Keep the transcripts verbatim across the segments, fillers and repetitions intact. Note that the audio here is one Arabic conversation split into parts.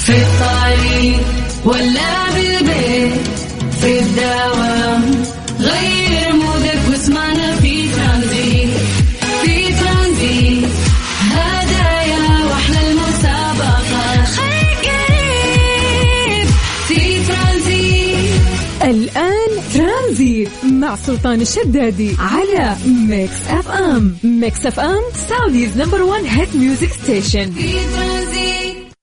في الطريق ولا بالبيت في الدوام، غير مودك واسمعنا في ترانزيت. في ترانزيت هدايا واحلى المسابقة، خليك قريب في ترانزيت. الآن ترانزيت مع سلطان الشدادي على ميكس اف ام. ميكس اف ام سعوديز نمبر وان هيت ميوزك ستيشن. في ترانزيت.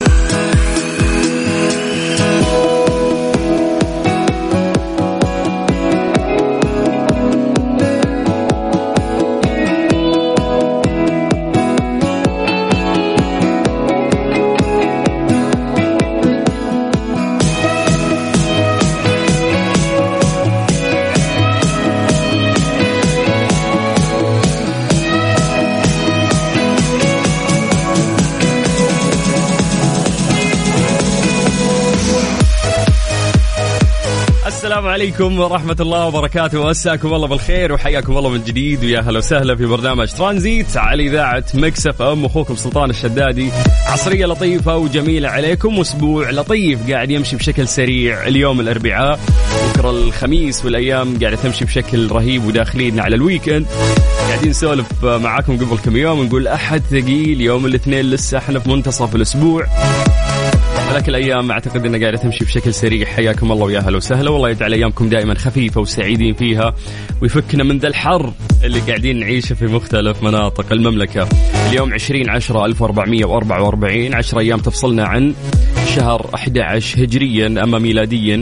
السلام عليكم ورحمة الله وبركاته، وأساكم الله بالخير وحياكم الله من جديد، ويا هلا وسهلا في برنامج ترانزيت على إذاعة ميكس اف ام. أخوكم سلطان الشدادي. عصرية لطيفة وجميلة عليكم، وأسبوع لطيف قاعد يمشي بشكل سريع. اليوم الأربعاء، بكرة الخميس، والأيام قاعدة تمشي بشكل رهيب، وداخلين على الويكند. قاعدين نسولف معاكم قبل كم يوم نقول أحد ثقيل، يوم الاثنين لسه احنا في منتصف الأسبوع، ولكن الأيام أعتقد أنها قاعدة تمشي بشكل سريع. حياكم الله ويا هلا وسهلا، والله يجعل أيامكم دائما خفيفة وسعيدين فيها، ويفكنا من ذا الحر اللي قاعدين نعيشه في مختلف مناطق المملكة. اليوم عشرين عشرة ألف وأربعمية وأربعة وأربعين، عشر أيام تفصلنا عن شهر أحد عشر هجريا أما ميلاديا.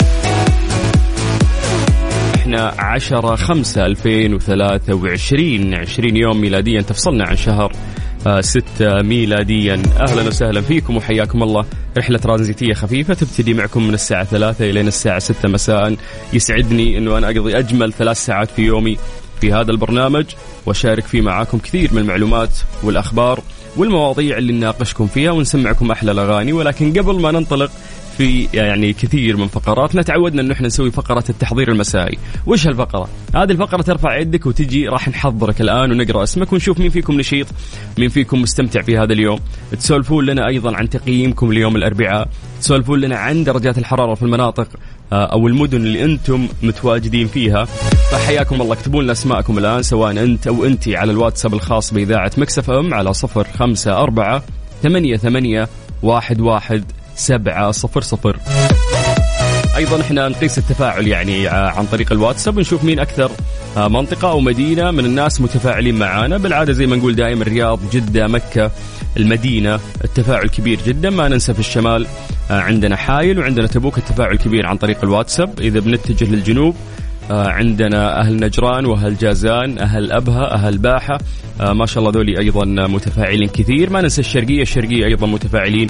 احنا عشرة خمسة ألفين وثلاثة وعشرين، عشرين يوم ميلاديا تفصلنا عن شهر ستة ميلاديا. أهلا وسهلا فيكم وحياكم الله. رحلة ترانزيتية خفيفة تبتدي معكم من الساعة ثلاثة إلى الساعة ستة مساء. يسعدني أنه أنا أقضي أجمل ثلاث ساعات في يومي في هذا البرنامج، وشارك فيه معاكم كثير من المعلومات والأخبار والمواضيع اللي نناقشكم فيها، ونسمعكم أحلى الأغاني. ولكن قبل ما ننطلق في يعني كثير من فقراتنا، تعودنا أنه إحنا نسوي فقرة التحضير المسائي. وش هالفقرة؟ هذه الفقرة ترفع يدك وتجي، راح نحضرك الآن ونقرأ اسمك ونشوف مين فيكم نشيط، مين فيكم مستمتع في هذا اليوم. تسولفون لنا أيضا عن تقييمكم اليوم الأربعاء، تسولفون لنا عن درجات الحرارة في المناطق أو المدن اللي أنتم متواجدين فيها. فحياكم الله، اكتبوا لنا أسماءكم الآن سواء أنت أو أنتي على الواتساب الخاص بإذاعة ميكس اف ام على صفر خمسة أربعة ثمانية ثمانية واحد واحد سبعة صفر صفر. أيضا إحنا نقيس التفاعل يعني عن طريق الواتساب، ونشوف مين أكثر منطقة أو مدينة من الناس متفاعلين معانا. بالعادة زي ما نقول دائما الرياض، جدة، مكة، المدينة التفاعل كبير جدا. ما ننسى في الشمال عندنا حايل وعندنا تبوك، التفاعل كبير عن طريق الواتساب. إذا بنتجه للجنوب عندنا أهل نجران وأهل جازان، أهل أبها، أهل باحة، ما شاء الله ذولي أيضا متفاعلين كثير. ما ننسى الشرقية، الشرقية أيضا متفاعلين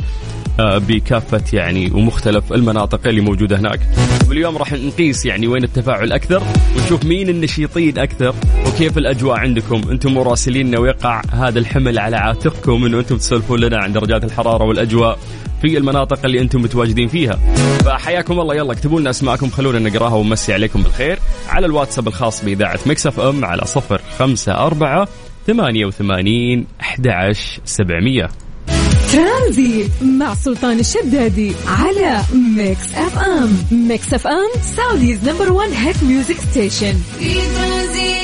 بكافة يعني ومختلف المناطق اللي موجودة هناك. واليوم راح نقيس يعني وين التفاعل أكثر، ونشوف مين النشيطين أكثر، وكيف الأجواء عندكم. أنتم مراسلين ويقع هذا الحمل على عاتقكم أنه أنتم تسولفون لنا عن درجات الحرارة والأجواء في المناطق اللي أنتم متواجدين فيها. فحياكم الله، يلا اكتبوا لنا أسماءكم، خلونا نقراها ونمسي عليكم بالخير على الواتساب الخاص بإذاعة ميكس اف ام على صفر خمسة أربعة ثمانية وثمانين أحد عشر سبعمية. ترانزيت مع سلطان الشدادي على ميكس اف ام. ميكس اف ام سعوديز نمبر وان هيت ميوزك ستيشن. في ترانزيت.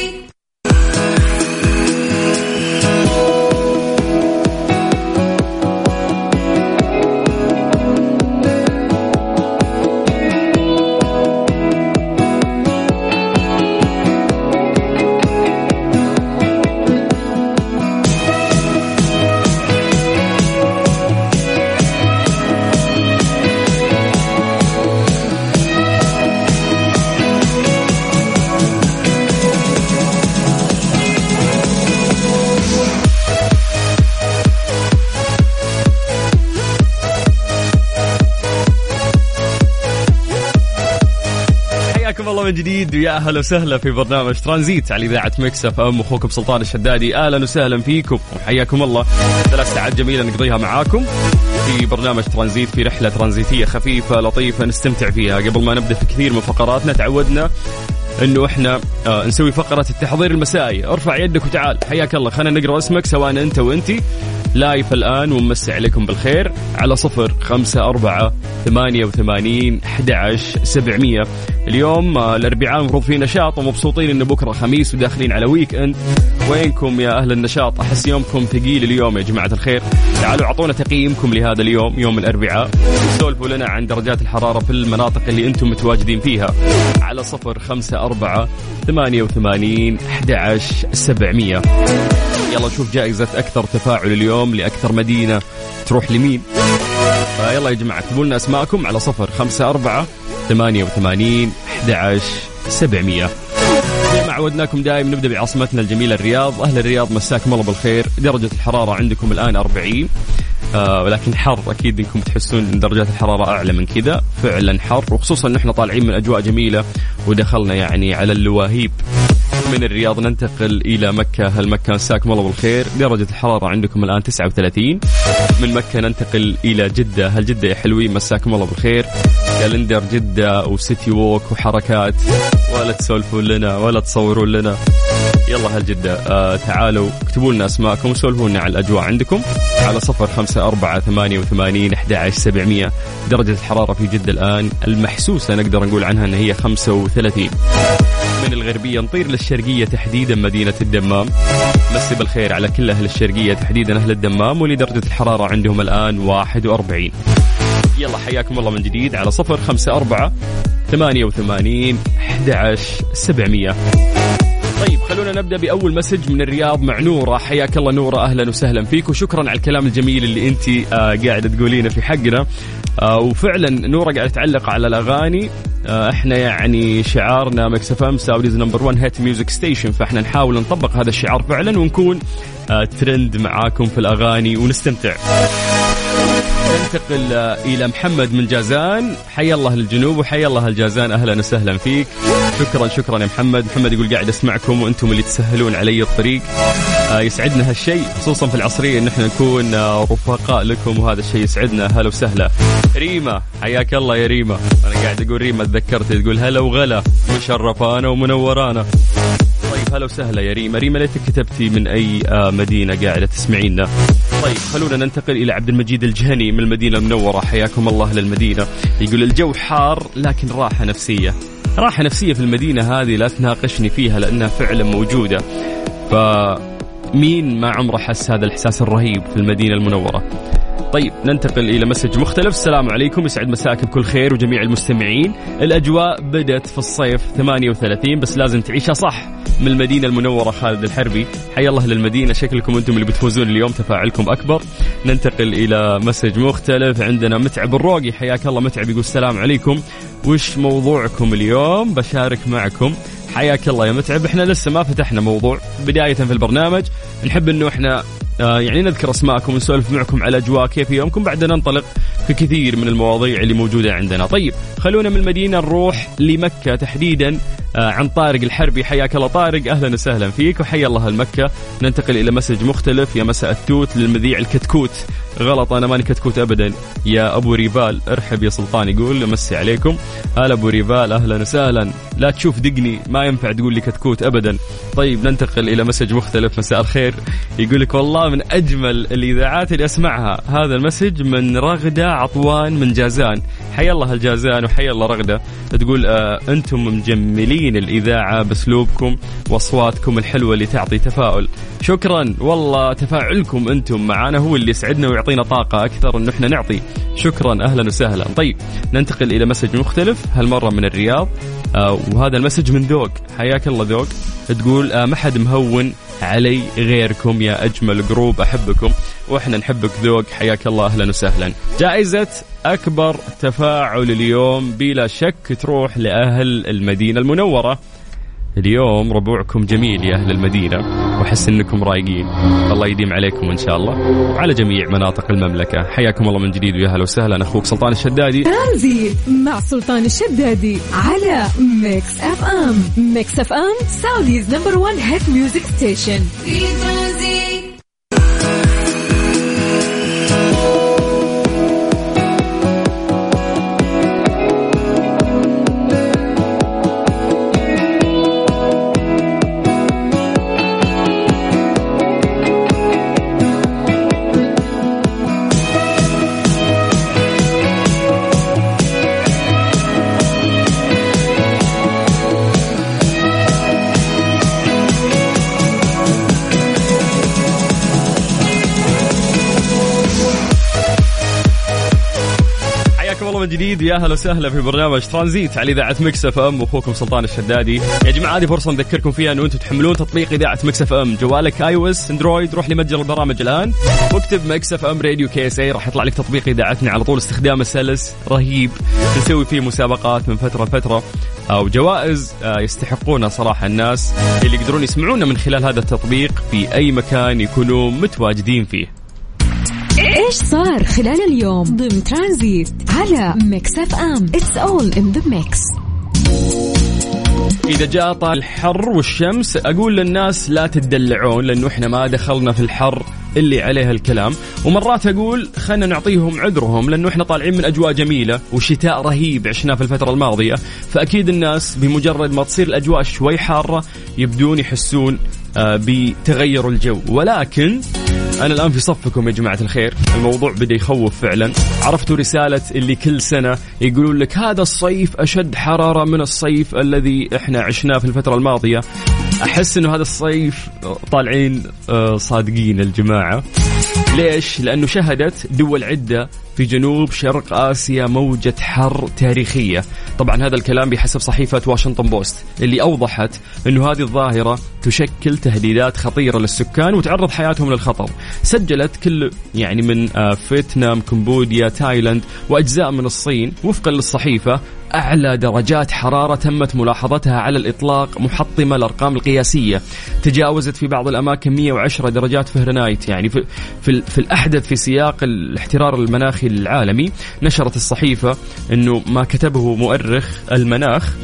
الله من جديد، ويا أهلا وسهلا في برنامج ترانزيت على إذاعة ميكس اف ام. أخوكم سلطان الشدادي، أهلا وسهلا فيكم وحياكم الله. ثلاث ساعات جميلة نقضيها معاكم في برنامج ترانزيت، في رحلة ترانزيتية خفيفة لطيفة نستمتع فيها. قبل ما نبدأ في كثير من فقراتنا، تعودنا انه احنا آه نسوي فقرة التحضير المسائي. ارفع يدك وتعال، حياك الله، خلينا نقرأ اسمك سواء انت وانتي لايف الآن ونمسي عليكم بالخير على صفر خمسة أربعة ثمانية وثمانين أحد عشر سبعمية. اليوم الأربعاء المفروض فيه نشاط ومبسوطين إنه بكرة خميس وداخلين على ويك إند. وينكم يا أهل النشاط؟ أحس يومكم ثقيل اليوم يا جماعة الخير. تعالوا أعطونا تقييمكم لهذا اليوم يوم الأربعاء، وسولفوا لنا عن درجات الحرارة في المناطق اللي أنتم متواجدين فيها على صفر خمسة أربعة ثمانية وثمانين أحد عشر سبعمية. يلا نشوف جائزة أكثر تفاعل اليوم لأكثر مدينة تروح لمين. فيلا يا جماعة اكتبوا لنا أسماءكم على صفر خمسة أربعة ثمانية وثمانين أحد عشر سبعمية. ما عودناكم دائما نبدأ بعاصمتنا الجميلة الرياض. أهل الرياض مساكم الله بالخير. درجة الحرارة عندكم الآن أربعين، آه ولكن حر، أكيد إنكم تحسون إن درجات الحرارة أعلى من كذا. فعلا حر، وخصوصا إن إحنا طالعين من أجواء جميلة ودخلنا يعني على اللواهيب. من الرياض ننتقل إلى مكة. هل مكة مساكم الله بالخير. درجة الحرارة عندكم الآن تسعة وثلاثين. من مكة ننتقل إلى جدة. هل جدة يا حلوين مساكم الله بالخير. كالندر جدة وسيتي ووك وحركات، ولا تسولفون لنا ولا تصورون لنا. يلا هل جدة آه تعالوا اكتبوا لنا أسماءكم وسولفوا لنا على الأجواء عندكم على صفر خمسة أربعة ثمانية وثمانين أحد عشر سبعمية. درجة الحرارة في جدة الآن المحسوسة نقدر نقول عنها أن هي خمسة وثلاثين. من الغربية نطير للشرقية تحديدا مدينة الدمام. مسي بالخير على كل أهل الشرقية تحديدا أهل الدمام، ولدرجة الحرارة عندهم الآن واحد وأربعين. يلا حياكم الله من جديد على صفر خمسة أربعة ثمانية وثمانين أحد عشر سبعمية. طيب خلونا نبدأ بأول مسج من الرياض مع نورة. حياك الله نورة، أهلا وسهلا فيك وشكرا على الكلام الجميل اللي أنت آه قاعدة تقولينه في حقنا. آه وفعلا نورة قاعدة تعلق على الأغاني. آه احنا يعني شعارنا ميكس اف ام سعوديز نمبر ون هيت ميوزك ستيشن، فاحنا نحاول نطبق هذا الشعار فعلا ونكون آه ترند معاكم في الأغاني ونستمتع. ننتقل إلى محمد من جازان. حيا الله الجنوب وحيا الله الجازان، أهلا وسهلا فيك. شكرا شكرا يا محمد. محمد يقول قاعد أسمعكم وأنتم اللي تسهلون علي الطريق. آه يسعدنا هالشيء خصوصا في العصرية إن احنا نكون آه رفقاء لكم، وهذا الشيء يسعدنا. هلا وسهلا. ريما حياك الله يا ريما. أنا قاعد أقول ريما تذكرت تقول هلا وغلا مشرفانا ومنورانا. طيب هلا وسهلا يا ريما. ريما ليتك كتبتي من أي آه مدينة قاعدة تسمعينا. طيب خلونا ننتقل إلى عبد المجيد الجهني من المدينة المنورة. حياكم الله للمدينة. يقول الجو حار لكن راحة نفسية. راحة نفسية في المدينة هذه لا تناقشني فيها لأنها فعلا موجودة. فمين ما عمره حس هذا الإحساس الرهيب في المدينة المنورة. طيب ننتقل إلى مسج مختلف. السلام عليكم، يسعد مساكم بكل خير وجميع المستمعين. الأجواء بدت في الصيف ثمانية وثلاثين بس لازم تعيشها صح. من المدينة المنورة خالد الحربي. حيا الله للمدينة، شكلكم أنتم اللي بتفوزون اليوم، تفاعلكم أكبر. ننتقل إلى مسج مختلف. عندنا متعب الروقي. حياك الله متعب، يقول السلام عليكم، وش موضوعكم اليوم؟ بشارك معكم. حياك الله يا متعب. احنا لسه ما فتحنا موضوع بداية في البرنامج، نحب انه احنا آه يعني نذكر اسماءكم ونسولف معكم على اجواء كيف يومكم، بعدين ننطلق في كثير من المواضيع اللي موجودة عندنا. طيب خلونا من المدينة نروح لمكة تحديدا آه عن طارق الحربي. حياك الله طارق، اهلا وسهلا فيك وحيا الله المكة. ننتقل الى مسج مختلف. يا مساء التوت للمذيع الكتكوت. غلط، انا ماني كتكوت ابدا يا ابو ريبال. ارحب يا سلطان. يقول امسي عليكم. هلا ابو ريبال، اهلا وسهلا. لا تشوف دقني، ما ينفع تقول لي كتكوت ابدا. طيب ننتقل الى مسج مختلف. مساء الخير. يقول لك والله من اجمل الاذاعات اللي اسمعها. هذا المسج من رغدة عطوان من جازان. حيا الله الجازان وحيا الله رغدة. تقول آه انتم مجملين الاذاعه باسلوبكم واصواتكم الحلوه اللي تعطي تفاؤل. شكرا والله، تفاعلكم انتم معنا هو اللي يسعدنا ويعطينا طاقه اكثر انه احنا نعطي. شكرا، اهلا وسهلا. طيب ننتقل الى مسج مختلف، هالمره من الرياض آه وهذا المسج من ذوق. حياك الله ذوق. تقول آه ما حد مهون علي غيركم يا أجمل جروب، أحبكم وإحنا نحبك ذوق. حياك الله، أهلا وسهلا. جائزة أكبر تفاعل اليوم بلا شك تروح لأهل المدينة المنورة. اليوم ربوعكم جميل يا أهل المدينة، وحس أنكم رايقين. الله يديم عليكم إن شاء الله وعلى جميع مناطق المملكة. حياكم الله من جديد ويا أهلا وسهلا. أخوك سلطان الشدادي. ترانزيت مع سلطان الشدادي على ميكس اف ام. ميكس اف ام سعوديز نمبر ون هيت ميوزك ستيشن. في ترانزيت. حياكم الله من جديد، يا هلا وسهلا في برنامج ترانزيت على إذاعة ميكس اف ام، واخوكم سلطان الشدادي. يا جماعة هذه فرصة نذكركم فيها انه انتم تحملون تطبيق إذاعة ميكس اف ام، جوالك اي او اس اندرويد، روح لمتجر البرامج الان واكتب ميكس اف ام راديو كي اس اي، راح يطلع لك تطبيق إذاعتنا على طول. استخدامه سلس رهيب، نسوي فيه مسابقات من فترة لفترة او جوائز يستحقونها صراحة الناس اللي يقدرون يسمعونا من خلال هذا التطبيق في اي مكان يكونوا متواجدين فيه. إيش صار خلال اليوم ضمن ترانزيت على ميكس اف ام. It's all in the mix. إذا جاء طال الحر والشمس أقول للناس لا تدلعون، لأنه إحنا ما دخلنا في الحر اللي عليها الكلام. ومرات أقول خلنا نعطيهم عذرهم، لأنه إحنا طالعين من أجواء جميلة وشتاء رهيب عشناه في الفترة الماضية، فأكيد الناس بمجرد ما تصير الأجواء شوي حارة يبدون يحسون بتغير الجو. ولكن أنا الآن في صفكم يا جماعة الخير، الموضوع بدأ يخوف فعلا. عرفتوا رسالة اللي كل سنة يقولون لك هذا الصيف أشد حرارة من الصيف الذي إحنا عشناه في الفترة الماضية. أحس إنه هذا الصيف طالعين صادقين الجماعة. ليش؟ لأنه شهدت دول عدة في جنوب شرق آسيا موجة حر تاريخية. طبعا هذا الكلام بحسب صحيفة واشنطن بوست اللي أوضحت أنه هذه الظاهرة تشكل تهديدات خطيرة للسكان وتعرض حياتهم للخطر. سجلت كل يعني من فيتنام، كمبوديا، تايلاند وأجزاء من الصين وفقا للصحيفة أعلى درجات حرارة تمت ملاحظتها على الإطلاق، محطمة الأرقام القياسية. تجاوزت في بعض الأماكن مئة وعشرة درجات فهرنايت، يعني في, في, في الأحدث في سياق الاحترار المناخي العالمي. نشرت الصحيفة أنه ما كتبه مؤرخ المناخ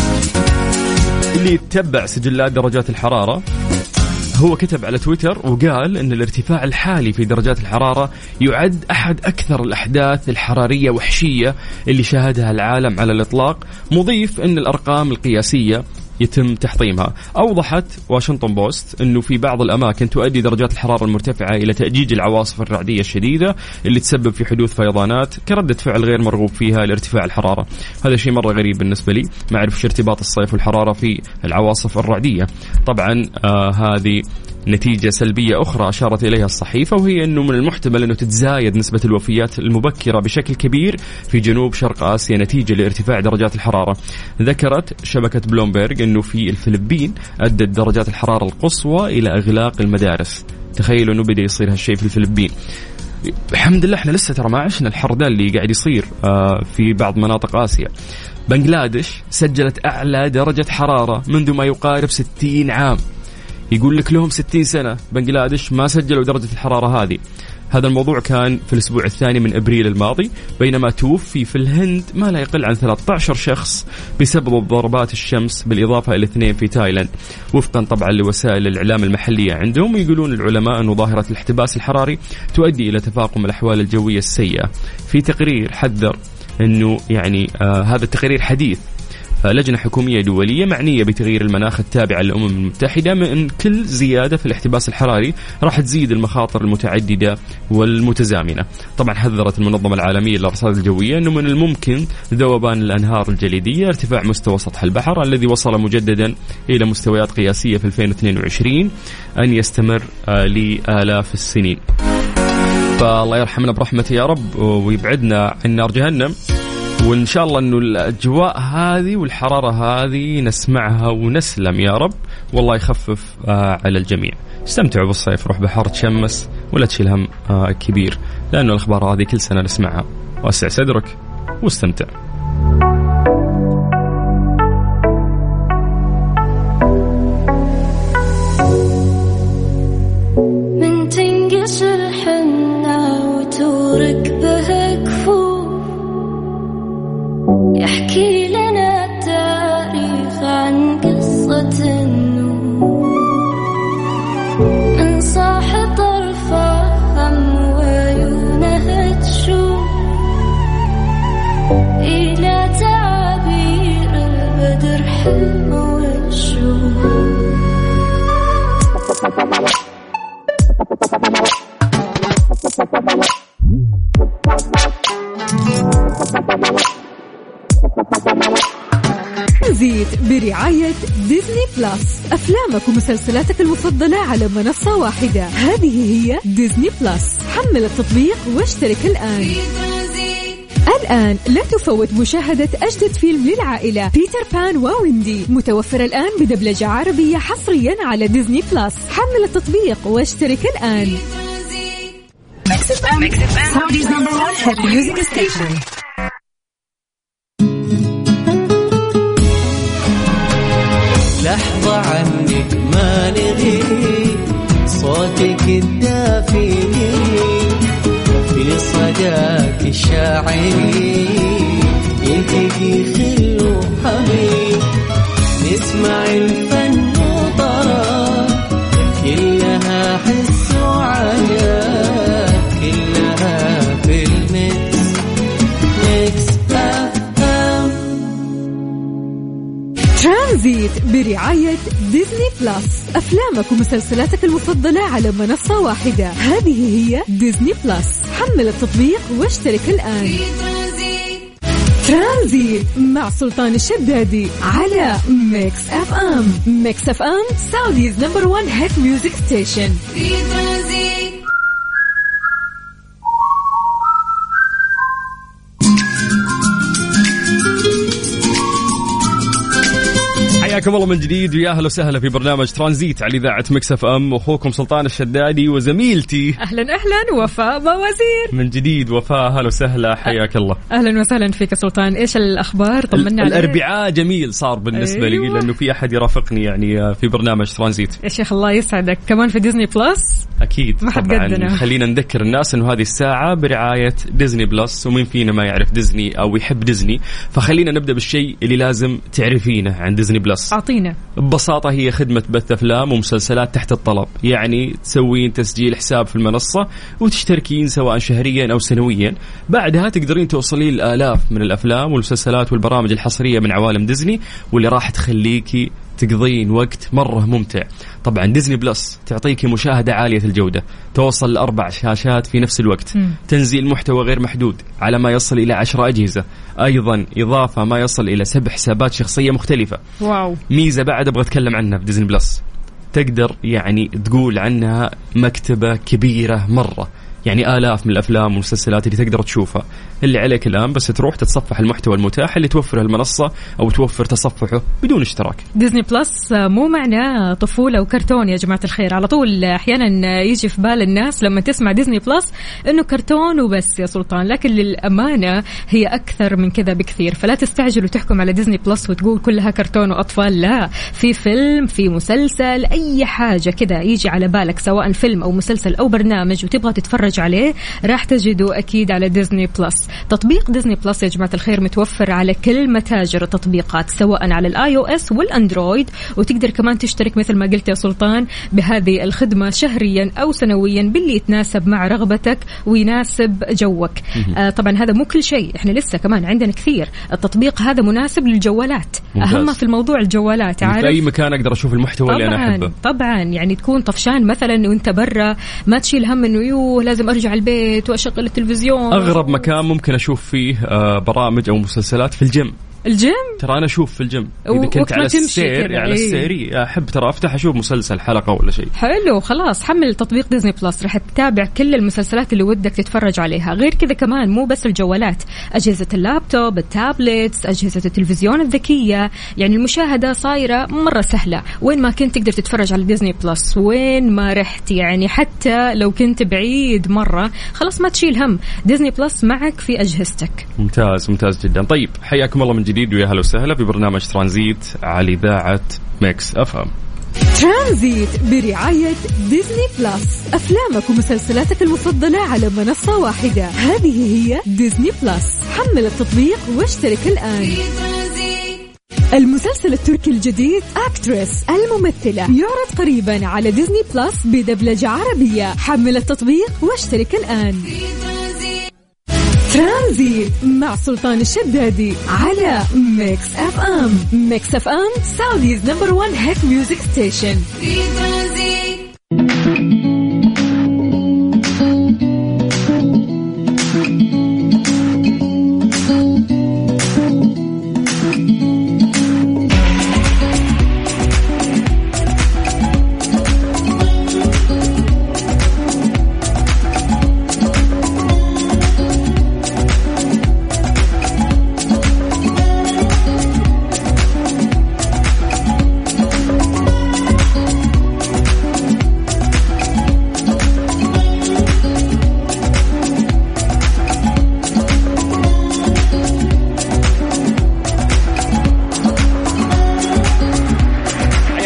اللي يتبع سجلات درجات الحرارة، هو كتب على تويتر وقال أن الارتفاع الحالي في درجات الحرارة يعد أحد أكثر الأحداث الحرارية وحشية اللي شاهدها العالم على الإطلاق، مضيف أن الأرقام القياسية يتم تحطيمها. أوضحت واشنطن بوست أنه في بعض الأماكن تؤدي درجات الحرارة المرتفعة إلى تأجيج العواصف الرعدية الشديدة اللي تسبب في حدوث فيضانات كردة فعل غير مرغوب فيها لارتفاع الحرارة. هذا شيء مرة غريب بالنسبة لي، ما أعرف شو ارتباط الصيف والحرارة في العواصف الرعدية. طبعا آه هذه نتيجة سلبية أخرى أشارت إليها الصحيفة، وهي أنه من المحتمل أنه تتزايد نسبة الوفيات المبكرة بشكل كبير في جنوب شرق آسيا نتيجة لارتفاع درجات الحرارة. ذكرت شبكة بلومبرج أنه في الفلبين أدت درجات الحرارة القصوى إلى إغلاق المدارس. تخيلوا أنه بدأ يصير هالشيء في الفلبين. الحمد لله احنا لسه ترى ما عشنا الحر ده اللي قاعد يصير في بعض مناطق آسيا. بنغلاديش سجلت أعلى درجة حرارة منذ ما يقارب ستين عام. يقول لك لهم ستين سنة بنغلاديش ما سجلوا درجة الحرارة هذه. هذا الموضوع كان في الأسبوع الثاني من أبريل الماضي، بينما توفي في الهند ما لا يقل عن ثلاثة عشر شخص بسبب ضربات الشمس، بالإضافة إلى اثنين في تايلاند، وفقا طبعا لوسائل الإعلام المحلية عندهم. يقولون العلماء أن ظاهرة الاحتباس الحراري تؤدي إلى تفاقم الأحوال الجوية السيئة. في تقرير حذر أنه يعني آه هذا التقرير حديث لجنة حكومية دولية معنية بتغيير المناخ التابعة للأمم المتحدة من أن كل زيادة في الاحتباس الحراري راح تزيد المخاطر المتعددة والمتزامنة. طبعا حذرت المنظمة العالمية للأرصاد الجوية أنه من الممكن ذوبان الأنهار الجليدية، ارتفاع مستوى سطح البحر الذي وصل مجددا إلى مستويات قياسية في ألفين واثنين وعشرين أن يستمر لآلاف السنين. فالله يرحمنا برحمته يا رب ويبعدنا عن نار جهنم، وإن شاء الله أنه الأجواء هذه والحرارة هذه نسمعها ونسلم يا رب، والله يخفف آه على الجميع. استمتعوا بالصيف، روح بحر تشمس ولا تشيل هم آه كبير، لأنه الأخبار هذه كل سنة نسمعها. واسع صدرك واستمتع. من تنقش الحنة وتورك به كفور، يحكي لنا التاريخ عن قصة النور، من صاح طرفه هم وعيونه تشوف إلى تعابير البدر حلم والشوق. ترانزيت برعاية ديزني بلس، أفلامك ومسلسلاتك المفضلة على منصة واحدة. هذه هي ديزني بلس، حمل التطبيق واشترك الآن. الآن لا تفوت مشاهدة أجدد فيلم للعائلة بيتر بان وويندي، متوفر الآن بدبلجة عربية حصريا على ديزني بلس. حمل التطبيق واشترك الآن. لحظة عنك ما نغيب، صوتك الدافي في صداك الشاعري، يلتقي خل وحبيب، نسمع الفن وطرب، كلها حس وعجب، كلها في الميكس، ميكس أف أم. ترانزيت برعاية ديزني بلس، أفلامك ومسلسلاتك المفضلة على منصة واحدة. هذه هي ديزني بلس. حمل التطبيق واشترك الآن. ترانزيت مع سلطان الشدادي على ميكس أف أم. ميكس أف أم سعوديز نمبر وان هيت ميوزك ستيشن. حياكم الله من جديد ويا اهلا وسهلا في برنامج ترانزيت على اذاعه مكس اف ام، واخوكم سلطان الشدادي وزميلتي اهلا اهلا وفاء بوازير. من جديد وفاء، اهلا وسهلا، حياك الله. اهلا وسهلا فيك سلطان. ايش الاخبار؟ طمنا عليك. الاربعاء جميل صار بالنسبه أيوة. لي لانه في احد يرافقني يعني في برنامج ترانزيت. يا شيخ الله يسعدك، كمان في ديزني بلس اكيد. ما حد قدنا. خلينا نذكر الناس انه هذه الساعه برعايه ديزني بلس، ومين فينا ما يعرف ديزني او يحب ديزني، فخلينا نبدا بالشيء اللي لازم تعرفينه عن ديزني بلس. اعطينا. ببساطة هي خدمة بث أفلام ومسلسلات تحت الطلب، يعني تسوين تسجيل حساب في المنصة وتشتركين سواء شهريا أو سنويا، بعدها تقدرين توصلين الآلاف من الأفلام والمسلسلات والبرامج الحصرية من عوالم ديزني، واللي راح تخليكي تقضين وقت مرة ممتع. طبعا ديزني بلس تعطيك مشاهدة عالية الجودة، توصل لأربع شاشات في نفس الوقت، م. تنزيل محتوى غير محدود على ما يصل إلى عشر أجهزة، أيضا إضافة ما يصل إلى سبع حسابات شخصية مختلفة. واو. ميزة بعد أبغى أتكلم عنها في ديزني بلس، تقدر يعني تقول عنها مكتبة كبيرة مرة، يعني آلاف من الأفلام والمسلسلات اللي تقدر تشوفها. اللي عليك الآن بس تروح تتصفح المحتوى المتاح اللي توفره المنصة أو توفر تصفحه بدون اشتراك. ديزني بلس مو معناه طفولة وكرتون يا جماعة الخير. على طول أحيانا يجي في بال الناس لما تسمع ديزني بلس إنه كرتون وبس يا سلطان، لكن للأمانة هي أكثر من كذا بكثير. فلا تستعجل وتحكم على ديزني بلس وتقول كلها كرتون وأطفال، لا، في فيلم، في مسلسل، أي حاجة كذا يجي على بالك سواء فيلم أو مسلسل أو برنامج وتبغى تتفرج عليه راح تجده أكيد على ديزني بلس. تطبيق ديزني بلس يا جماعة الخير متوفر على كل متاجر التطبيقات سواء على الآي أو إس والأندرويد، وتقدر كمان تشترك مثل ما قلت يا سلطان بهذه الخدمة شهريا أو سنويا باللي يتناسب مع رغبتك ويناسب جوك. آه طبعا هذا مو كل شيء، احنا لسه كمان عندنا كثير. التطبيق هذا مناسب للجوالات، ممتاز. أهم في الموضوع الجوالات، عارف، في أي مكان أقدر أشوف المحتوى اللي أنا أحبه. طبعا يعني تكون طفشان مثلا وانت برا، ما تشيل هم إنه يوه لازم أرجع البيت وأشغل التلفزيون. أغرب مكان ممكن أشوف فيه برامج أو مسلسلات في الجيم. الجيم ترى أنا أشوف في الجيم إذا كنت على السير على السيري أحب ترى أفتح أشوف مسلسل حلقة ولا شيء. حلو، خلاص حمل تطبيق ديزني بلس راح تتابع كل المسلسلات اللي ودك تتفرج عليها. غير كذا كمان مو بس الجوالات، أجهزة اللابتوب، التابلتس، أجهزة التلفزيون الذكية، يعني المشاهدة صايرة مرة سهلة. وين ما كنت تقدر تتفرج على ديزني بلس، وين ما رحت، يعني حتى لو كنت بعيد مرة خلاص ما تشيل هم، ديزني بلس معك في أجهزتك. ممتاز ممتاز جدا. طيب حياكم الله من جديد ويا هلا وسهلا في برنامج ترانزيت على إذاعة ميكس أف أم. ترانزيت برعاية ديزني بلس، أفلامك ومسلسلاتك المفضلة على منصة واحدة. هذه هي ديزني بلس. حمل التطبيق واشترك الآن. المسلسل التركي الجديد أكتريس الممثلة يعرض قريبا على ديزني بلس بدبلجة عربية. حمل التطبيق واشترك الآن. ترانزيت مع سلطان الشدادي على ميكس أف أم. ميكس أف أم سعوديز نمبر وان هيت ميوزك ستيشن.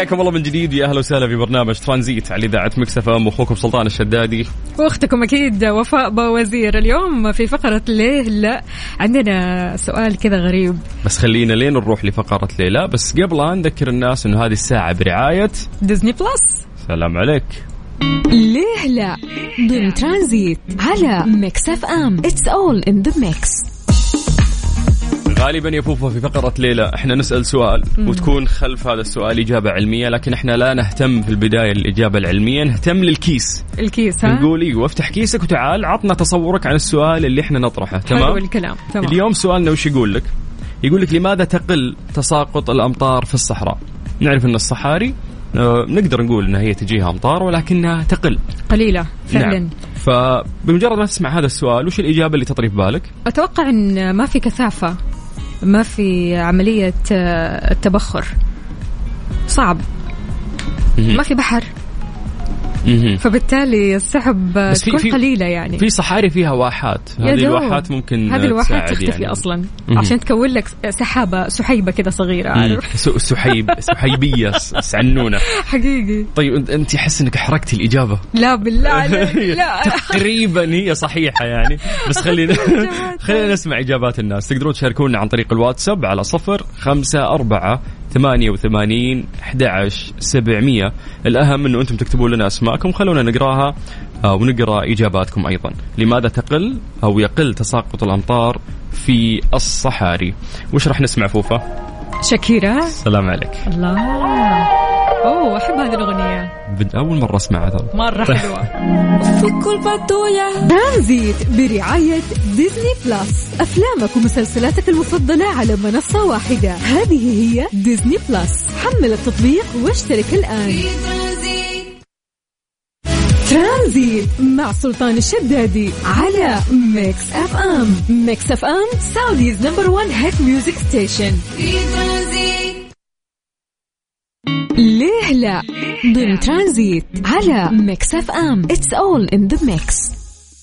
حياكم الله من جديد، يا أهلا وسهلا في برنامج ترانزيت على إذاعة مكس اف ام، أخوكم سلطان الشدادي وأختكم أكيد وفاء باوزير. اليوم في فقرة ليه لا عندنا سؤال كذا غريب، بس خلينا لين نروح لفقرة ليه لا، بس قبل نذكر الناس إنه هذه الساعة برعاية ديزني بلس. سلام عليك. ليه لا ضمن ترانزيت على مكس اف ام. It's all in the mix. غالبا يا فوفا في فقرة ليلى احنا نسأل سؤال مم. وتكون خلف هذا السؤال إجابة علمية، لكن احنا لا نهتم في البداية الإجابة العلمية، نهتم للكيس. الكيس ها؟ نقول ايوه افتح كيسك وتعال عطنا تصورك عن السؤال اللي احنا نطرحه. تمام. حلو الكلام. تمام. اليوم سؤالنا وش يقول لك؟ يقول لك لماذا تقل تساقط الأمطار في الصحراء؟ نعرف أن الصحاري آه نقدر نقول أنها هي تجيها أمطار ولكنها تقل قليلة فعلا. نعم. فبمجرد ما تسمع هذا السؤال وش الإجابة اللي تطري في بالك؟ أتوقع أن ما في كثافة، ما في عملية التبخر، صعب، ما في بحر، فبالتالي السحب تكون في قليلة. يعني في صحاري فيها واحات، هذه الواحات ممكن هذه الواحات تختفي يعني. أصلا مم. عشان تكون لك سحابة سحيبة كده صغيرة، عارف سحيب سحيبية سعنونة حقيقي. طيب أنت حس إنك حركتي الإجابة؟ لا بالله عليك لا تقريبا هي صحيحة يعني، بس خلينا خلينا نسمع إجابات الناس. تقدرون تشاركونا عن طريق الواتساب على صفر خمسة أربعة ثمانية وثمانين أحد عشر سبعمية. الأهم أنه أنتم تكتبوا لنا أسماءكم، خلونا نقراها ونقرأ إجاباتكم أيضا. لماذا تقل أو يقل تساقط الأمطار في الصحاري؟ وش رح نسمع فوفا؟ شاكيرا. سلام عليك. الله، أوه أحب هذه الأغنية، أول مرة أسمعها مرة حلوة. ترانزيت برعاية ديزني بلس، أفلامك ومسلسلاتك المفضلة على منصة واحدة. هذه هي ديزني بلس، حمل التطبيق واشترك الآن. ترانزيت مع سلطان الشدادي على ميكس اف ام. ميكس اف ام سعوديز نمبر وان هيت ميوزك ستيشن. ليه لا ضمن ترانزيت على ميكس اف ام. It's all in the mix.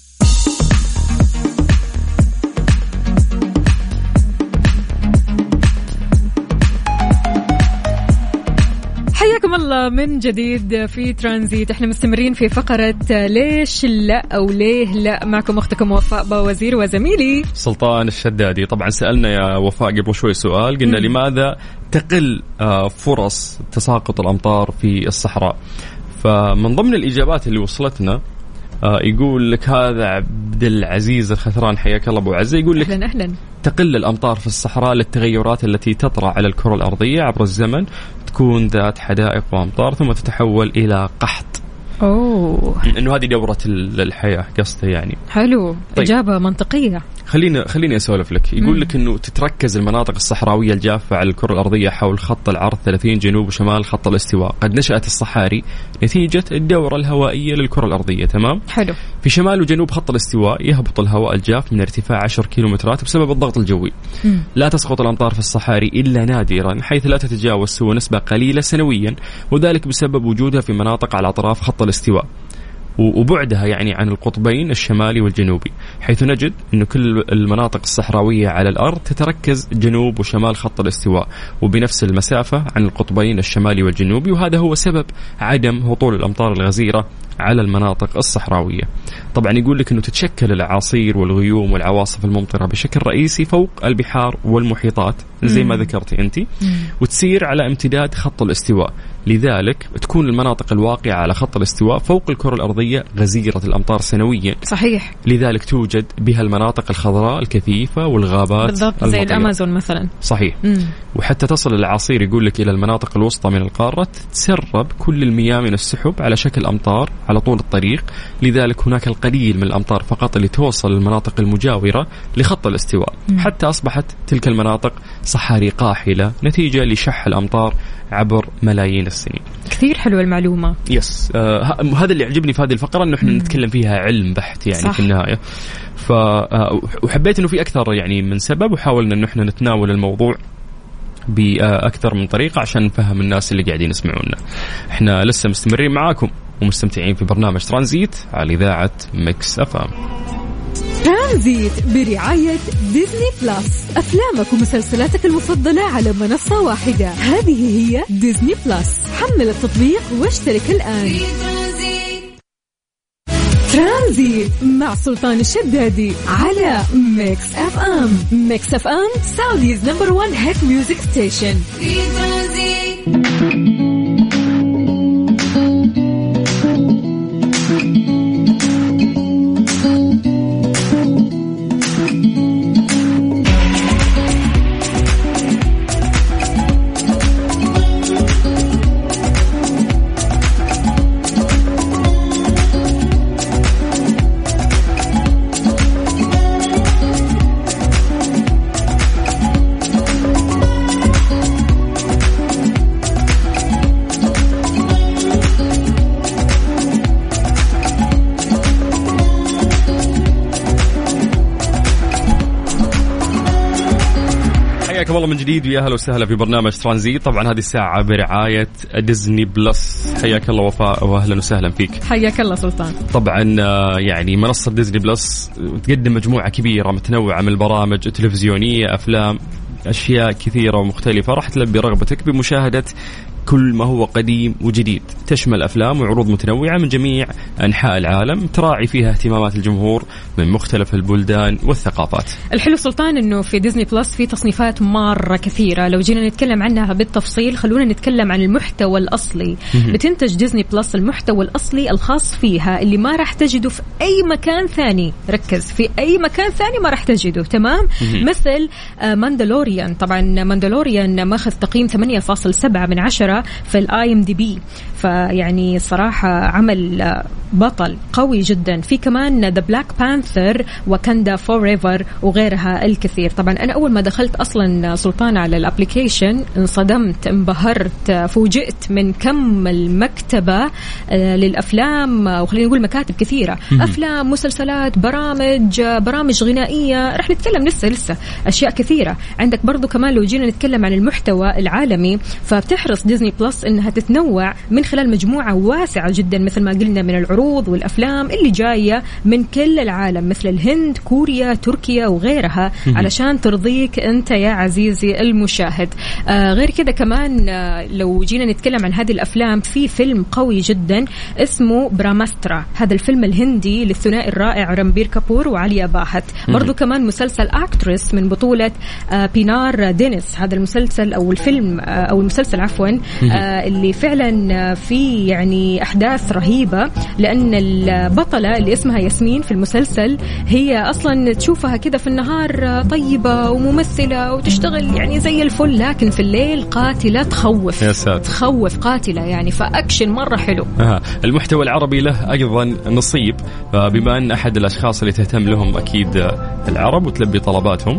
حياكم الله من جديد في ترانزيت. احنا مستمرين في فقرة ليش لا أو ليه لا، معكم أختكم وفاء باوزير وزميلي سلطان الشدادي. طبعا سألنا يا وفاء قبل شوي سؤال، قلنا م- لماذا تقل فرص تساقط الأمطار في الصحراء؟ فمن ضمن الإجابات اللي وصلتنا يقول لك هذا عبد العزيز الخثران، حياك الله أبو عزة، يقول لك أهلاً أهلاً. تقل الأمطار في الصحراء للتغيرات التي تطرأ على الكرة الأرضية عبر الزمن، تكون ذات حدائق وأمطار ثم تتحول إلى قحط. أوه، إنه هذه دورة الحياة قصده يعني. حلو. طيب. إجابة منطقية. خلينا خليني أسولف لك. يقول لك إنه تتركز المناطق الصحراوية الجافة على الكرة الأرضية حول خط العرض ثلاثين جنوب وشمال خط الاستواء. قد نشأت الصحاري نتيجة الدورة الهوائية للكرة الأرضية. تمام. حلو. في شمال وجنوب خط الاستواء يهبط الهواء الجاف من ارتفاع عشر كيلومترات بسبب الضغط الجوي. م. لا تسقط الأمطار في الصحاري إلا نادرا، حيث لا تتجاوز سوى نسبة قليلة سنويا، وذلك بسبب وجودها في مناطق على أطراف خط الاستواء وبعدها يعني عن القطبين الشمالي والجنوبي، حيث نجد أن كل المناطق الصحراوية على الأرض تتركز جنوب وشمال خط الاستواء وبنفس المسافة عن القطبين الشمالي والجنوبي، وهذا هو سبب عدم هطول الأمطار الغزيرة على المناطق الصحراوية. طبعا يقول لك أنه تتشكل الأعاصير والغيوم والعواصف الممطرة بشكل رئيسي فوق البحار والمحيطات زي ما ذكرتي أنت، وتسير على امتداد خط الاستواء، لذلك تكون المناطق الواقعة على خط الاستواء فوق الكرة الأرضية غزيرة الأمطار سنويا. صحيح. لذلك توجد بها المناطق الخضراء الكثيفة والغابات بالضبط زي الأمازون مثلا. صحيح. مم. وحتى تصل الأعاصير يقول لك إلى المناطق الوسطى من القارة، تتسرب كل المياه من السحب على شكل أمطار على طول الطريق، لذلك هناك القليل من الأمطار فقط اللي توصل للمناطق المجاورة لخط الاستواء. مم. حتى أصبحت تلك المناطق صحاري قاحلة نتيجة لشح الأمطار عبر ملايين السنين. كثير حلوة المعلومة. يس. آه هذا اللي يعجبني في هذه الفقرة، إنه إحنا نتكلم فيها علم بحت يعني. صح. في النهاية ف آه وحبيت إنه في أكثر يعني من سبب، وحاولنا إنه إحنا نتناول الموضوع بأكثر من طريقة عشان نفهم الناس اللي قاعدين يسمعونا. إحنا لسه مستمرين معاكم ومستمتعين في برنامج ترانزيت على إذاعة ميكس اف ام. ترانزيت برعاية ديزني بلس، أفلامك ومسلسلاتك المفضلة على منصة واحدة. هذه هي ديزني بلس، حمل التطبيق واشترك الآن. ترانزيت مع سلطان الشدادي على ميكس اف ام. ميكس اف ام سعوديز نمبر وان هيت ميوزك ستيشن. حياكم الله من جديد ويا اهلا وسهلا في برنامج ترانزيت. طبعا هذه الساعة برعاية ديزني بلس. حياك الله وفاء واهلا وسهلا فيك. حياك الله سلطان. طبعا يعني منصة ديزني بلس تقدم مجموعة كبيرة متنوعة من البرامج تلفزيونية، أفلام، أشياء كثيرة ومختلفة راح تلبي رغبتك بمشاهدة كل ما هو قديم وجديد. تشمل أفلام وعروض متنوعة من جميع أنحاء العالم، تراعي فيها اهتمامات الجمهور من مختلف البلدان والثقافات. الحلو سلطان أنه في ديزني بلس في تصنيفات مرة كثيرة، لو جينا نتكلم عنها بالتفصيل خلونا نتكلم عن المحتوى الأصلي. بتنتج ديزني بلس المحتوى الأصلي الخاص فيها اللي ما راح تجده في أي مكان ثاني. ركز، في أي مكان ثاني ما راح تجده. تمام. مثل ماندالوريان. طبعا ماندالوريان ماخذ تقييم ثمانية فاصلة سبعة من عشرة في الاي ام دي بي، فيعني صراحة عمل بطل قوي جدا. في كمان ذا بلاك بانثر، وكاندا فوريفر، وغيرها الكثير. طبعا أنا أول ما دخلت أصلا سلطان على الابليكيشن انصدمت، انبهرت، فوجئت من كم المكتبة للأفلام، وخلينا نقول مكاتب كثيرة، أفلام، مسلسلات، برامج، برامج غنائية، رح نتكلم لسه لسه أشياء كثيرة. عندك برضو كمان لو جينا نتكلم عن المحتوى العالمي، فبتحرص ديزني بلس إنها تتنوع من خلال مجموعة واسعة جدا مثل ما قلنا من العروض والأفلام اللي جاية من كل العالم، مثل الهند، كوريا، تركيا وغيرها، علشان ترضيك أنت يا عزيزي المشاهد. آه غير كده كمان آه لو جينا نتكلم عن هذه الأفلام، في فيلم قوي جدا اسمه براماسترا، هذا الفيلم الهندي للثنائي الرائع رنبير كابور وعليا باحت. برضو كمان مسلسل أكترس من بطولة آه بينار دينيس، هذا المسلسل أو الفيلم آه أو المسلسل عفوا آه اللي فعلا في يعني أحداث رهيبة، لأن البطلة اللي اسمها ياسمين في المسلسل هي أصلا تشوفها كده في النهار طيبة وممثلة وتشتغل يعني زي الفل، لكن في الليل قاتلة تخوف. يا ساتر. تخوف قاتلة يعني، فأكشن مرة حلو. آه. المحتوى العربي له أيضا نصيب، بما أن أحد الأشخاص اللي تهتم لهم أكيد العرب وتلبي طلباتهم،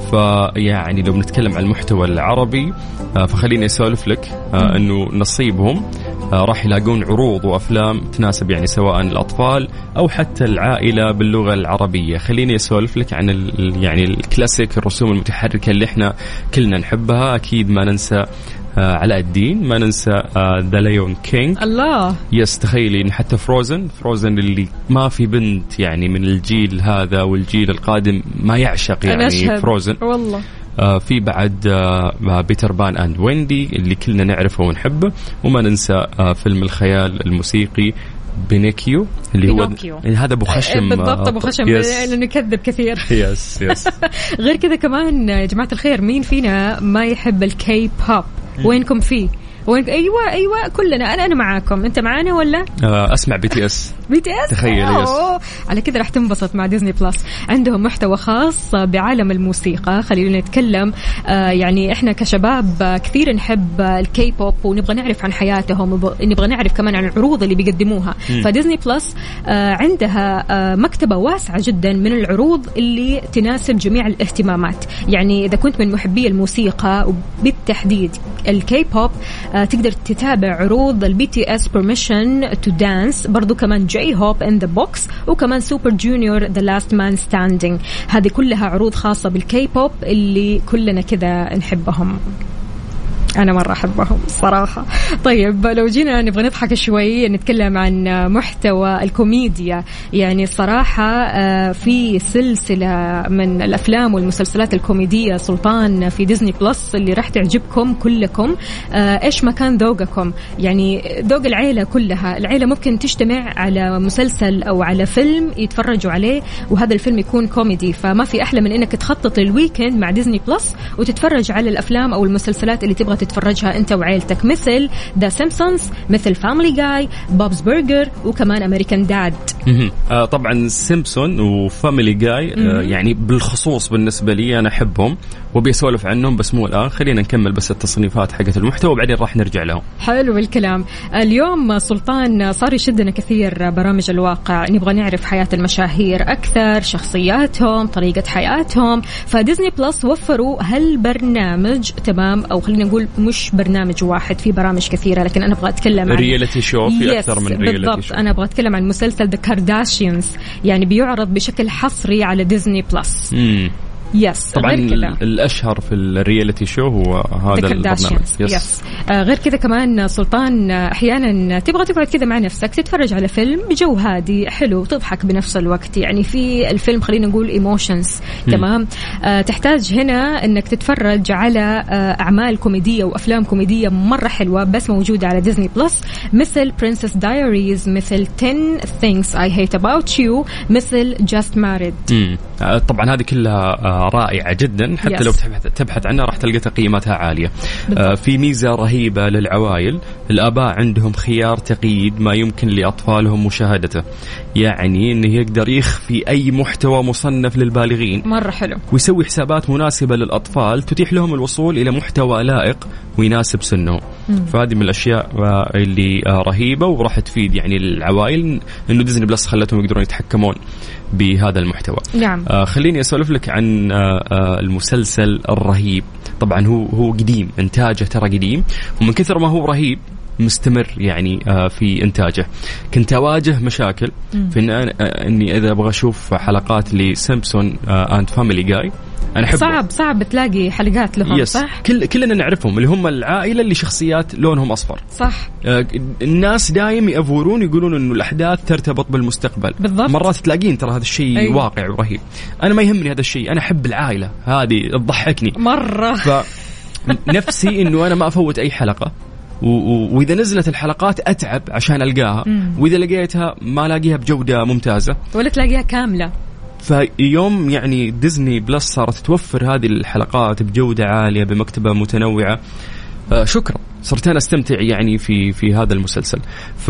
فيعني لو بنتكلم عن المحتوى العربي فخليني أسولف لك أنه نصيبهم راح يلاقون عروض وأفلام تناسب يعني سواء الأطفال أو حتى العائلة باللغة العربية. خليني أسولف لك عن يعني الكلاسيك، الرسوم المتحركة اللي إحنا كلنا نحبها. أكيد ما ننسى آه علاء الدين، ما ننسى ذا ليون كينج. الله يس، تخيلي إن حتى فروزن فروزن اللي ما في بنت يعني من الجيل هذا والجيل القادم ما يعشق يعني فروزن والله. آه في بعد آه بيتر بان أند ويندي اللي كلنا نعرفه ونحبه، وما ننسى آه فيلم الخيال الموسيقي بينيكيو اللي بينوكيو. هو هذا ابو خشم. بالضبط ابو خشم، لانه يكذب كثير. يس يس. غير كذا كمان يا جماعه الخير، مين فينا ما يحب الكي بوب؟ وينكم فيه؟ وين؟ ايوه ايوه كلنا. انا انا معاكم، انت معانا ولا؟ آه اسمع بي تي اس. بي تي اس تخيل. يس. على كده راح تنبسط مع ديزني بلس. عندهم محتوى خاص بعالم الموسيقى. خلينا نتكلم آه يعني احنا كشباب كثير نحب الكي بوب ونبغى نعرف عن حياتهم، نبغى نعرف كمان عن العروض اللي بيقدموها. م. فديزني بلس آه عندها آه مكتبة واسعة جدا من العروض اللي تناسب جميع الاهتمامات. يعني اذا كنت من محبي الموسيقى وبالتحديد الكي بوب آه تقدر تتابع عروض البي تي اس Permission to Dance، برضو كمان جاي هوب in the Box، وكمان سوبر جونيور The Last Man Standing. هذه كلها عروض خاصة بالكي بوب اللي كلنا كذا نحبهم. أنا مرة أحبهم صراحة. طيب لو جينا نبغى نضحك شوي نتكلم عن محتوى الكوميديا، يعني الصراحة في سلسلة من الأفلام والمسلسلات الكوميدية سلطان في ديزني بلس اللي راح تعجبكم كلكم. إيش ما كان ذوقكم، يعني ذوق العيلة كلها، العيلة ممكن تجتمع على مسلسل أو على فيلم يتفرجوا عليه وهذا الفيلم يكون كوميدي. فما في أحلى من إنك تخطط الويكند مع ديزني بلس وتتفرج على الأفلام أو المسلسلات اللي تبغى تتفرجها أنت وعيلتك، مثل ذا سيمبسونز، مثل فاميلي جاي، بوبز برجر، وكمان أمريكان داد. آه طبعا سيمبسون وفاميلي جاي آه يعني بالخصوص بالنسبة لي أنا أحبهم وبيسولف عنهم، بس مو الآن. خلينا نكمل بس التصنيفات حقت المحتوى وبعدين راح نرجع لهم. حلو الكلام. اليوم سلطان صار يشدنا كثير برامج الواقع، نبغى نعرف حياة المشاهير أكثر، شخصياتهم، طريقة حياتهم. فديزني بلس وفروا هالبرنامج، تمام، أو خلينا نقول مش برنامج واحد، في برامج كثيرة، لكن أنا أبغى أتكلم عن رياليتي شو، في أكثر من رياليتي شو. أنا أبغى أتكلم عن مسلسل ذا كارداشيانز، يعني بيعرض بشكل حصري على ديزني بلس. مم. يس. طبعا الأشهر في الرياليتي شو هو هذا البرنامج. يس. يس. آه غير كذا كمان سلطان أحيانا تبغى تقعد كذا مع نفسك تتفرج على فيلم بجو هادي حلو وتضحك بنفس الوقت، يعني في الفيلم خلينا نقول ايموشنز، تمام. آه تحتاج هنا انك تتفرج على آه أعمال كوميدية وأفلام كوميدية مرة حلوة بس موجودة على ديزني بلس، مثل Princess Diaries، مثل ten things I hate about you، مثل Just Married. آه طبعا هذه كلها آه رائعة جدا، حتى yes. لو تبحث عنها راح تلقى تقييماتها عالية. آه في ميزة رهيبة للعوائل، الآباء عندهم خيار تقييد ما يمكن لأطفالهم مشاهدته، يعني إنه يقدر يخفي أي محتوى مصنف للبالغين، مرة حلو، ويسوي حسابات مناسبة للأطفال تتيح لهم الوصول إلى محتوى لائق ويناسب سنهم. فهذه من الأشياء اللي رهيبة وراح تفيد يعني العوائل، إنه ديزني بلس خلتهم يقدرون يتحكمون بهذا المحتوى. نعم. آه خليني أسولف لك عن آه آه المسلسل الرهيب. طبعا هو هو قديم، إنتاجه ترى قديم، ومن كثر ما هو رهيب مستمر يعني آه في إنتاجه. كنت أواجه مشاكل م. في إن أنا آه إني إذا أبغى أشوف حلقات لسيمبسون آه أند فاميلي جاي، أنا أحب صعب صعب تلاقي حلقات لهم. يس. صح. كل كلنا نعرفهم اللي هم العائلة اللي شخصيات لونهم أصفر. صح. آه الناس دايم يأفورون يقولون إنه الأحداث ترتبط بالمستقبل. بالضبط. مرات تلاقين ترى هذا الشيء أيوه. واقع ورهيب. أنا ما يهمني هذا الشيء، أنا أحب العائلة هذه تضحكني مرة. فنفسي إنه أنا ما أفوت أي حلقة، وإذا نزلت الحلقات أتعب عشان ألقاها، وإذا لقيتها ما لاقيها بجودة ممتازة ولا تلاقيها كاملة. فيوم يعني ديزني بلس صارت توفر هذه الحلقات بجودة عالية بمكتبة متنوعة، آه شكرا، صرت أنا أستمتع يعني في في هذا المسلسل. ف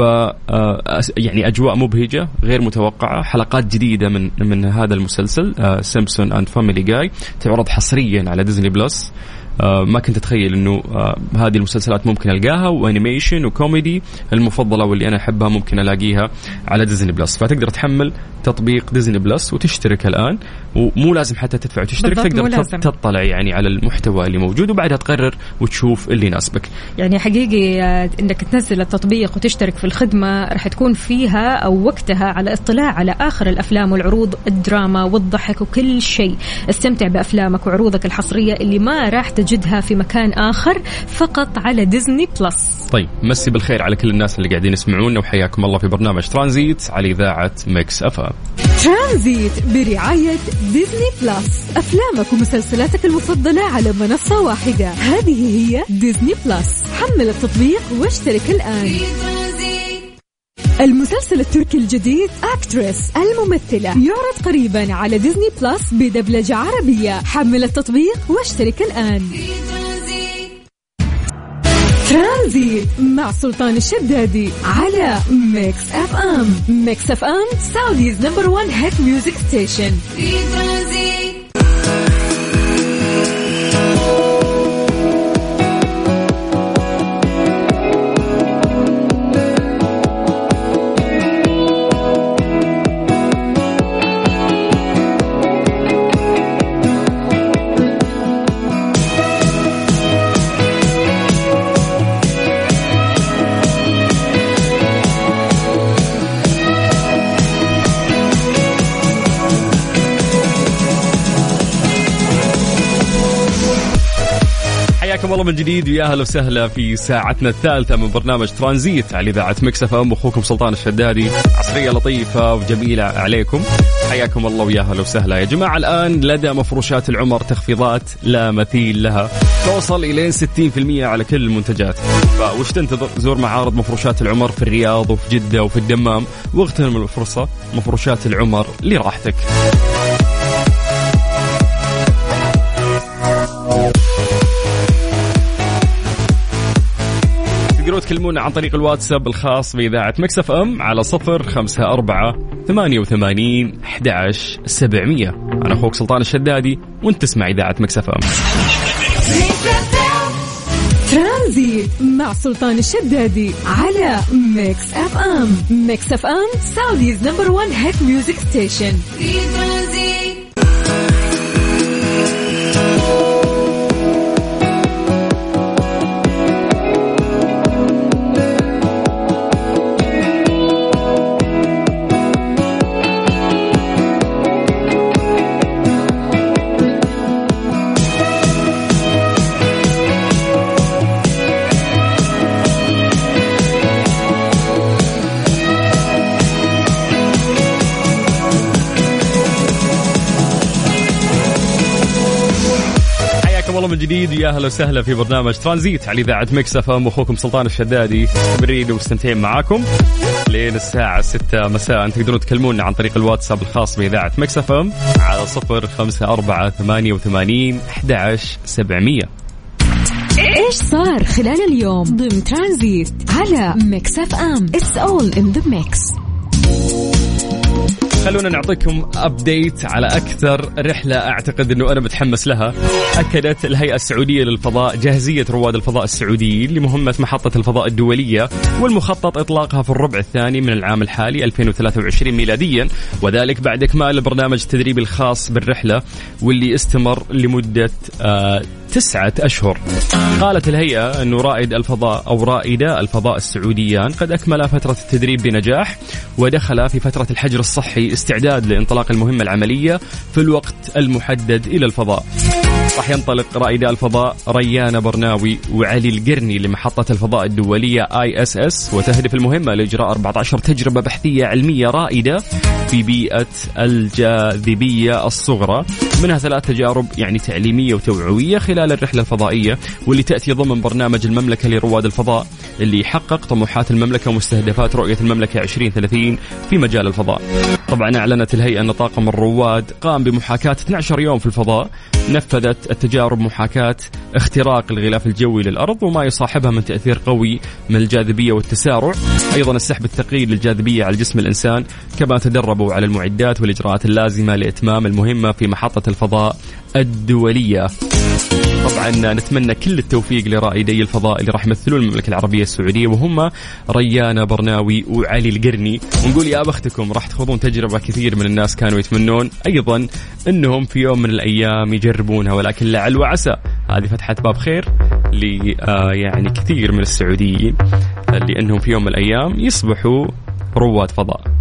يعني أجواء مبهجة غير متوقعة، حلقات جديدة من من هذا المسلسل سيمبسون أند فاميلي جاي تعرض حصريا على ديزني بلس. آه ما كنت أتخيل إنه آه هذه المسلسلات ممكن ألقاها، وأنيميشن وكوميدي المفضلة واللي أنا أحبها ممكن ألاقيها على ديزني بلس. فتقدر تحمل تطبيق ديزني بلس وتشترك الآن، ومو لازم حتى تدفع وتشترك، تقدر تطلع يعني على المحتوى اللي موجود وبعدها تقرر وتشوف اللي يناسبك. يعني حقيقي إنك تنزل التطبيق وتشترك في الخدمة راح تكون فيها أو وقتها على اطلاع على آخر الأفلام والعروض، الدراما والضحك وكل شيء. استمتع بأفلامك وعروضك الحصرية اللي ما راح تجدها في مكان آخر، فقط على ديزني بلس. طيب مسي بالخير على كل الناس اللي قاعدين يسمعونا، وحياكم الله في برنامج ترانزيت على إذاعة ميكس أف أم. ترانزيت برعاية ديزني بلس، أفلامك ومسلسلاتك المفضلة على منصة واحدة. هذه هي ديزني بلس، حمل التطبيق واشترك الآن. المسلسل التركي الجديد أكترس الممثلة يعرض قريبا على ديزني بلس بدبلجة عربية. حمل التطبيق واشترك الآن. ترانزيت مع سلطان الشدادي على ميكس أف أم. ميكس أف أم سعوديز نمبر وان هيت ميوزك ستيشن. حياكم الله من جديد ويا اهلا وسهلا في ساعتنا الثالثة من برنامج ترانزيت على إذاعة ميكس اف ام. اخوكم سلطان الشدادي. عصرية لطيفة وجميلة عليكم. حياكم الله ويا اهلا وسهلا يا جماعة. الآن لدى مفروشات العمر تخفيضات لا مثيل لها توصل إلى ستين بالمئة على كل المنتجات. فوش تنتظر؟ زور معارض مفروشات العمر في الرياض وفي جدة وفي الدمام واغتنم الفرصة. مفروشات العمر لراحتك. تقدروا تكلمونا عن طريق الواتساب الخاص بإذاعة ميكس اف ام على صفر خمسة أربعة ثمانية وثمانين أحد عشر سبعمية. أنا أخوك سلطان الشدادي وانت تسمع إذاعة ميكس اف ام. ترانزيت مع سلطان الشدادي على ميكس اف ام. ميكس اف ام سعوديز نمبر وان هيت ميوزك ستيشن. من جديد يا اهلا وسهلا في برنامج ترانزيت على إذاعة ميكس اف ام. اخوكم سلطان الشدادي مريد ومستمتعين معاكم لين الساعة ستة مساء. تقدرون تكلمونا عن طريق الواتساب الخاص بإذاعة ميكس اف ام على صفر خمسة أربعة ثمانية وثمانين أحد عشر سبعمية. ايش صار خلال اليوم ضمن ترانزيت على ميكس اف ام. It's all in the mix. خلونا نعطيكم أبديت على أكثر رحلة أعتقد أنه أنا متحمس لها. أكدت الهيئة السعودية للفضاء جاهزية رواد الفضاء السعوديين لمهمة محطة الفضاء الدولية والمخطط إطلاقها في الربع الثاني من العام الحالي ألفين وثلاثة وعشرين ميلاديا، وذلك بعد إكمال البرنامج التدريبي الخاص بالرحلة واللي استمر لمدة آه تسعة أشهر. قالت الهيئة أنه رائد الفضاء أو رائدا الفضاء السعوديان قد أكمل فترة التدريب بنجاح ودخل في فترة الحجر الصحي استعداد لانطلاق المهمة العملية في الوقت المحدد إلى الفضاء. راح ينطلق رائدا الفضاء ريان برناوي وعلي القرني لمحطة الفضاء الدولية آي إس إس، وتهدف المهمة لإجراء أربعة عشر تجربة بحثية علمية رائدة في بيئة الجاذبية الصغرى، منها ثلاث تجارب يعني تعليمية وتوعوية خلال الرحلة الفضائية واللي تأتي ضمن برنامج المملكة لرواد الفضاء اللي يحقق طموحات المملكة ومستهدفات رؤية المملكة عشرين ثلاثين في مجال الفضاء. طبعا أعلنت الهيئة أن طاقم الرواد قام بمحاكاة اثني عشر يوم في الفضاء، نفذت التجارب محاكاة اختراق الغلاف الجوي للأرض وما يصاحبها من تأثير قوي من الجاذبية والتسارع، أيضا السحب الثقيل للجاذبية على جسم الإنسان، كما تدربوا على المعدات والإجراءات اللازمة لإتمام المهمة في محطة الفضاء الدولية. طبعا نتمنى كل التوفيق لرائدي الفضاء اللي راح يمثلون المملكة العربية السعودية وهم ريان برناوي وعلي القرني، ونقول يا بختكم راح تخوضون تجربة كثير من الناس كانوا يتمنون أيضا أنهم في يوم من الأيام يجربونها، ولكن لعل وعسى هذه فتحت باب خير ل يعني كثير من السعوديين لأنهم في يوم من الأيام يصبحوا رواد فضاء.